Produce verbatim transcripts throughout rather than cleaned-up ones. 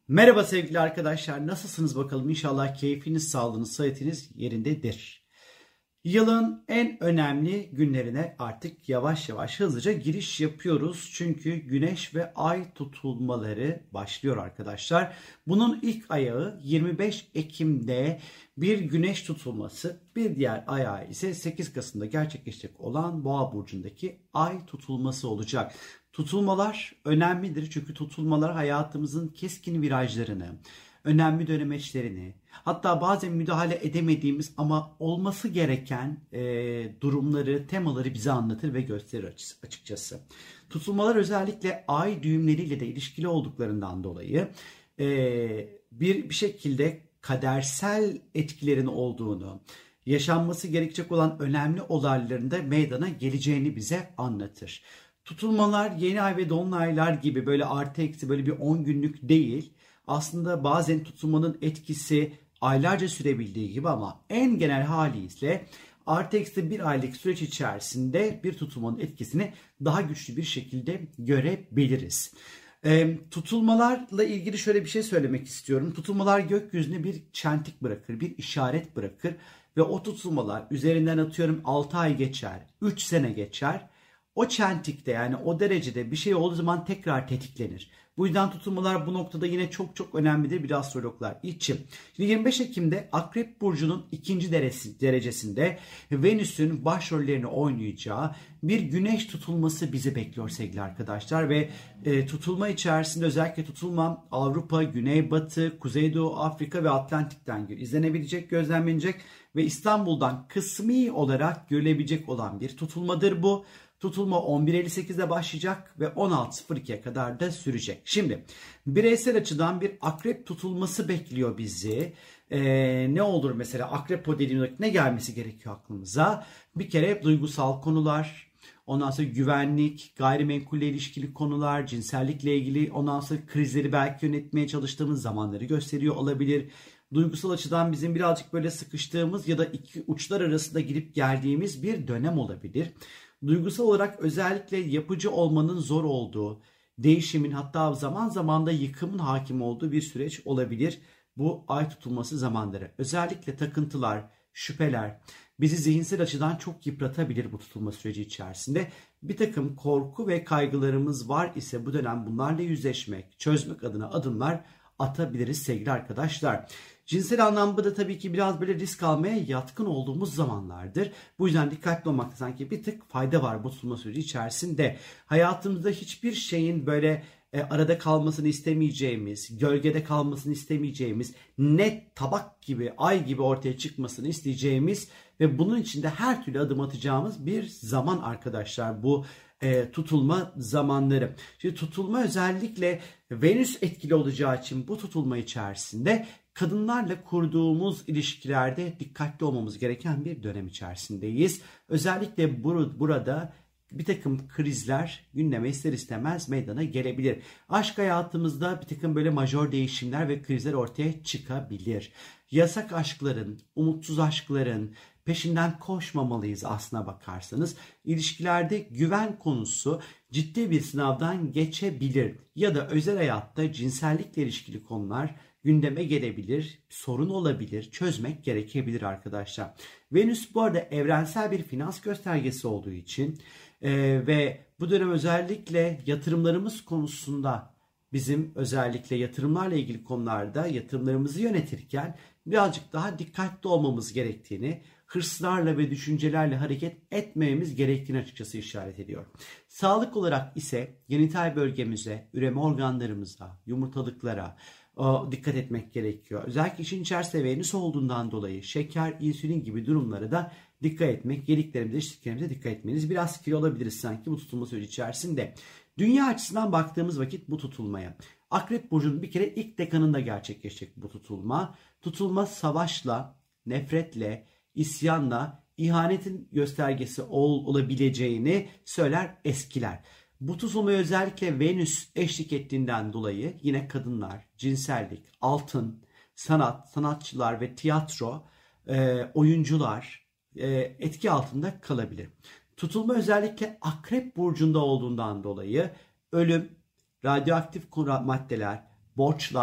Merhaba sevgili arkadaşlar, nasılsınız bakalım? İnşallah keyfiniz, sağlığınız, sıhhatiniz yerindedir. Yılın en önemli günlerine artık yavaş yavaş hızlıca giriş yapıyoruz. Çünkü güneş ve ay tutulmaları başlıyor arkadaşlar. Bunun ilk ayağı yirmi beş Ekim'de bir güneş tutulması, bir diğer ayağı ise sekiz Kasım'da gerçekleşecek olan Boğa burcundaki ay tutulması olacak. Tutulmalar önemlidir çünkü tutulmalar hayatımızın keskin virajlarını, önemli dönemeçlerini, hatta bazen müdahale edemediğimiz ama olması gereken e, durumları, temaları bize anlatır ve gösterir açıkçası. Tutulmalar özellikle ay düğümleriyle de ilişkili olduklarından dolayı e, bir bir şekilde kadersel etkilerin olduğunu, yaşanması gerekecek olan önemli olayların da meydana geleceğini bize anlatır. Tutulmalar yeni ay ve dolunaylar gibi böyle artı eksi böyle bir on günlük değil. Aslında bazen tutulmanın etkisi aylarca sürebildiği gibi ama en genel haliyle artı eksi bir aylık süreç içerisinde bir tutulmanın etkisini daha güçlü bir şekilde görebiliriz. E, tutulmalarla ilgili şöyle bir şey söylemek istiyorum. Tutulmalar gökyüzüne bir çentik bırakır, bir işaret bırakır ve o tutulmalar üzerinden atıyorum altı ay geçer, üç sene geçer. O çentikte yani o derecede bir şey olduğu zaman tekrar tetiklenir. Bu yüzden tutulmalar bu noktada yine çok çok önemlidir bir astrologlar için. Şimdi yirmi beş Ekim'de Akrep Burcu'nun ikinci derecesinde Venüs'ün başrollerini oynayacağı bir güneş tutulması bizi bekliyor sevgili arkadaşlar. Ve e, tutulma içerisinde özellikle tutulma Avrupa, Güneybatı, Kuzeydoğu, Afrika ve Atlantik'ten izlenebilecek, gözlemlenecek ve İstanbul'dan kısmi olarak görülebilecek olan bir tutulmadır bu. Tutulma on bir elli sekizde başlayacak ve on altı sıfır ikiye kadar da sürecek. Şimdi bireysel açıdan bir akrep tutulması bekliyor bizi. Ee, ne olur mesela akrep o dediğimde ne gelmesi gerekiyor aklımıza? Bir kere duygusal konular, ondan sonra güvenlik, gayrimenkulle ilişkili konular, cinsellikle ilgili, ondan sonra krizleri belki yönetmeye çalıştığımız zamanları gösteriyor olabilir. Duygusal açıdan bizim birazcık böyle sıkıştığımız ya da iki uçlar arasında gidip geldiğimiz bir dönem olabilir. Duygusal olarak özellikle yapıcı olmanın zor olduğu, değişimin hatta zaman zaman da yıkımın hakim olduğu bir süreç olabilir. Bu ay tutulması zamanları. Özellikle takıntılar, şüpheler bizi zihinsel açıdan çok yıpratabilir bu tutulma süreci içerisinde. Bir takım korku ve kaygılarımız var ise bu dönem bunlarla yüzleşmek, çözmek adına adımlar atabiliriz sevgili arkadaşlar. Cinsel anlamda da tabii ki biraz böyle risk almaya yatkın olduğumuz zamanlardır. Bu yüzden dikkatli olmakta sanki bir tık fayda var bu tutulma süreci içerisinde. Hayatımızda hiçbir şeyin böyle e, arada kalmasını istemeyeceğimiz, gölgede kalmasını istemeyeceğimiz, net tabak gibi, ay gibi ortaya çıkmasını isteyeceğimiz ve bunun için de her türlü adım atacağımız bir zaman arkadaşlar bu e, tutulma zamanları. Şimdi tutulma özellikle Venüs etkili olacağı için bu tutulma içerisinde kadınlarla kurduğumuz ilişkilerde dikkatli olmamız gereken bir dönem içerisindeyiz. Özellikle bur- burada bir takım krizler gündeme ister istemez meydana gelebilir. Aşk hayatımızda bir takım böyle majör değişimler ve krizler ortaya çıkabilir. Yasak aşkların, umutsuz aşkların peşinden koşmamalıyız aslına bakarsanız. İlişkilerde güven konusu ciddi bir sınavdan geçebilir. Ya da özel hayatta cinsellikle ilişkili konular gündeme gelebilir, sorun olabilir, çözmek gerekebilir arkadaşlar. Venüs bu arada evrensel bir finans göstergesi olduğu için e, ve bu dönem özellikle yatırımlarımız konusunda bizim özellikle yatırımlarla ilgili konularda yatırımlarımızı yönetirken birazcık daha dikkatli olmamız gerektiğini, hırslarla ve düşüncelerle hareket etmememiz gerektiğini açıkçası işaret ediyor. Sağlık olarak ise genital bölgemize, üreme organlarımıza, yumurtalıklara dikkat etmek gerekiyor. Özellikle işin içerisinde Venüs olduğundan dolayı şeker, insülin gibi durumlara da dikkat etmek, yediklerimize, içtiklerimize dikkat etmeniz biraz kilo olabiliriz sanki bu tutulma süreci içerisinde. Dünya açısından baktığımız vakit bu tutulmaya. Akrep Burcu'nun bir kere ilk dekanında gerçekleşecek bu tutulma. Tutulma savaşla, nefretle, isyanla, ihanetin göstergesi ol, olabileceğini söyler eskiler. Bu tutulmaya özellikle Venüs eşlik ettiğinden dolayı yine kadınlar, cinsellik, altın, sanat, sanatçılar ve tiyatro, e, oyuncular e, etki altında kalabilir. Tutulma özellikle Akrep Burcu'nda olduğundan dolayı ölüm, radyoaktif maddeler, borçlar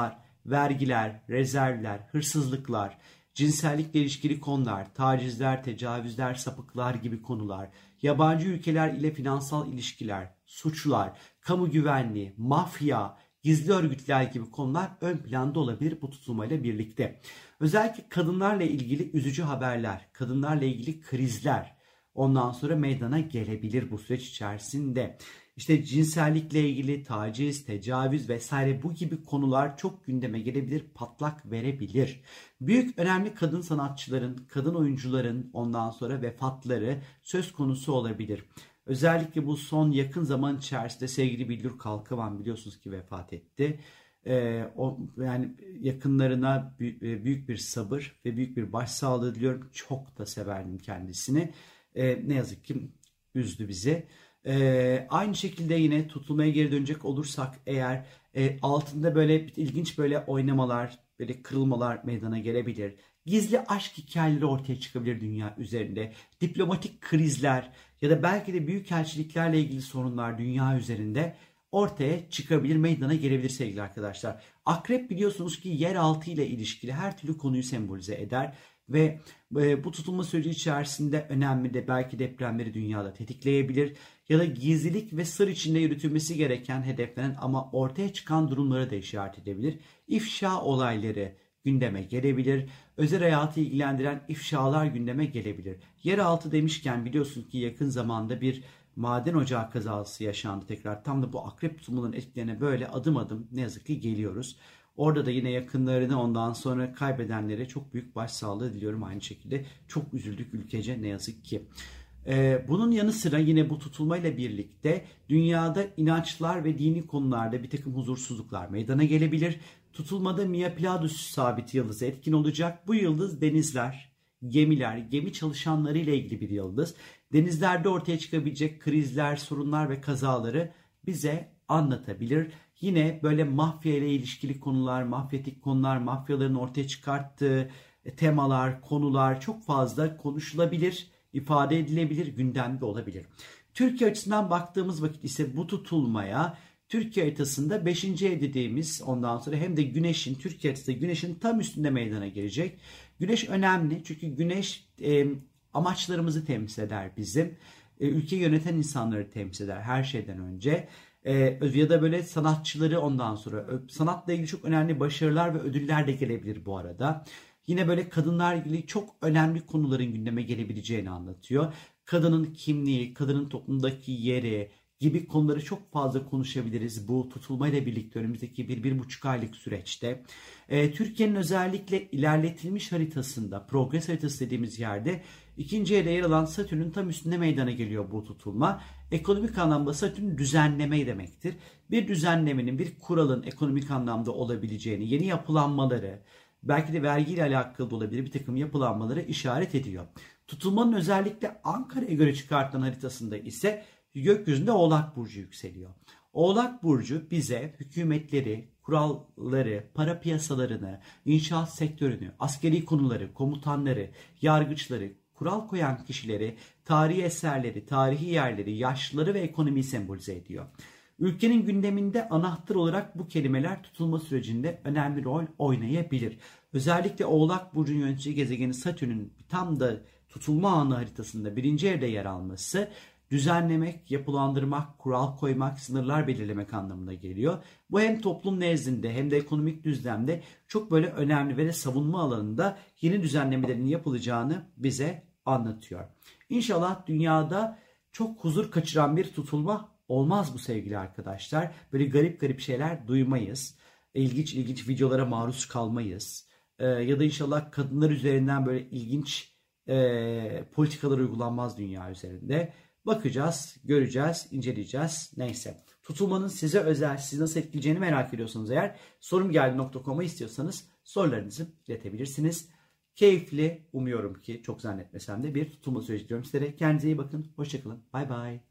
vergiler, rezervler, hırsızlıklar, cinsellikle ilişkili konular, tacizler, tecavüzler, sapıklar gibi konular, yabancı ülkeler ile finansal ilişkiler, suçlar, kamu güvenliği, mafya, gizli örgütler gibi konular ön planda olabilir bu tutulmayla birlikte. Özellikle kadınlarla ilgili üzücü haberler, kadınlarla ilgili krizler ondan sonra meydana gelebilir bu süreç içerisinde. İşte cinsellikle ilgili taciz, tecavüz vesaire bu gibi konular çok gündeme gelebilir, patlak verebilir. Büyük önemli kadın sanatçıların, kadın oyuncuların ondan sonra vefatları söz konusu olabilir. Özellikle bu son yakın zaman içerisinde sevgili Billur Kalkavan biliyorsunuz ki vefat etti. Ee, o, yani yakınlarına büyük bir sabır ve büyük bir başsağlığı diliyorum. Çok da severdim kendisini. Ee, ne yazık ki üzdü bizi. Ee, aynı şekilde yine tutulmaya geri dönecek olursak eğer e, altında böyle ilginç böyle oynamalar, böyle kırılmalar meydana gelebilir. Gizli aşk hikayeleri ortaya çıkabilir dünya üzerinde. Diplomatik krizler ya da belki de büyükelçiliklerle ilgili sorunlar dünya üzerinde ortaya çıkabilir, meydana gelebilir sevgili arkadaşlar. Akrep biliyorsunuz ki yeraltı ile ilişkili her türlü konuyu sembolize eder. Ve bu tutulma süreci içerisinde önemli de belki depremleri dünyada tetikleyebilir ya da gizlilik ve sır içinde yürütülmesi gereken hedeflenen ama ortaya çıkan durumlara da işaret edebilir. İfşa olayları gündeme gelebilir. Özel hayatı ilgilendiren ifşalar gündeme gelebilir. Yeraltı demişken biliyorsunuz ki yakın zamanda bir maden ocağı kazası yaşandı tekrar. Tam da bu akrep tutulmaların etkilerine böyle adım adım ne yazık ki geliyoruz. Orada da yine yakınlarını ondan sonra kaybedenlere çok büyük başsağlığı diliyorum aynı şekilde. Çok üzüldük ülkece ne yazık ki. Ee, bunun yanı sıra yine bu tutulmayla birlikte dünyada inançlar ve dini konularda bir takım huzursuzluklar meydana gelebilir. Tutulmada Mia Pleiades sabit yıldızı etkin olacak. Bu yıldız denizler, gemiler, gemi çalışanları ile ilgili bir yıldız. Denizlerde ortaya çıkabilecek krizler, sorunlar ve kazaları bize anlatabilir. Yine böyle mafya ile ilişkili konular, mafyatik konular, mafyaların ortaya çıkarttığı temalar, konular çok fazla konuşulabilir, ifade edilebilir, gündemde olabilir. Türkiye açısından baktığımız vakit ise bu tutulmaya Türkiye haritasında beşinci ev dediğimiz ondan sonra hem de Güneş'in Türkiye haritasında Güneş'in tam üstünde meydana gelecek. Güneş önemli çünkü Güneş e, amaçlarımızı temsil eder bizim. E, ülkeyi yöneten insanları temsil eder her şeyden önce. Ee, ya da böyle sanatçıları ondan sonra sanatla ilgili çok önemli başarılar ve ödüller de gelebilir bu arada. Yine böyle kadınlarla ilgili çok önemli konuların gündeme gelebileceğini anlatıyor. Kadının kimliği, kadının toplumdaki yeri gibi konuları çok fazla konuşabiliriz bu tutulmayla birlikte önümüzdeki bir, bir buçuk aylık süreçte. Ee, Türkiye'nin özellikle ilerletilmiş haritasında, progres haritası dediğimiz yerde ikinci evde yer alan Satürn'ün tam üstünde meydana geliyor bu tutulma. Ekonomik anlamda Satürn düzenleme demektir. Bir düzenlemenin, bir kuralın ekonomik anlamda olabileceğini, yeni yapılanmaları, belki de vergiyle alakalı da olabilir bir takım yapılanmaları işaret ediyor. Tutulmanın özellikle Ankara'ya göre çıkartılan haritasında ise gökyüzünde Oğlak Burcu yükseliyor. Oğlak Burcu bize hükümetleri, kuralları, para piyasalarını, inşaat sektörünü, askeri konuları, komutanları, yargıçları, kural koyan kişileri, tarihi eserleri, tarihi yerleri, yaşlıları ve ekonomiyi sembolize ediyor. Ülkenin gündeminde anahtar olarak bu kelimeler tutulma sürecinde önemli rol oynayabilir. Özellikle Oğlak Burcu'nun yönetici gezegeni Satürn'ün tam da tutulma anı haritasında birinci evde yer alması, düzenlemek, yapılandırmak, kural koymak, sınırlar belirlemek anlamına geliyor. Bu hem toplum nezdinde hem de ekonomik düzlemde çok böyle önemli ve de savunma alanında yeni düzenlemelerin yapılacağını bize anlatıyor. İnşallah dünyada çok huzur kaçıran bir tutulma olmaz bu sevgili arkadaşlar. Böyle garip garip şeyler duymayız. İlginç ilginç videolara maruz kalmayız. Ee, ya da inşallah kadınlar üzerinden böyle ilginç e, politikalar uygulanmaz dünya üzerinde. Bakacağız, göreceğiz, inceleyeceğiz. Neyse. Tutulmanın size özel, sizi nasıl etkileyeceğini merak ediyorsanız eğer sorumgeldi nokta com'a istiyorsanız sorularınızı iletebilirsiniz. Keyifli, umuyorum ki çok zannetmesem de bir tutulma süreci diliyorum sizlere. Kendinize iyi bakın. Hoşçakalın. Bay bay.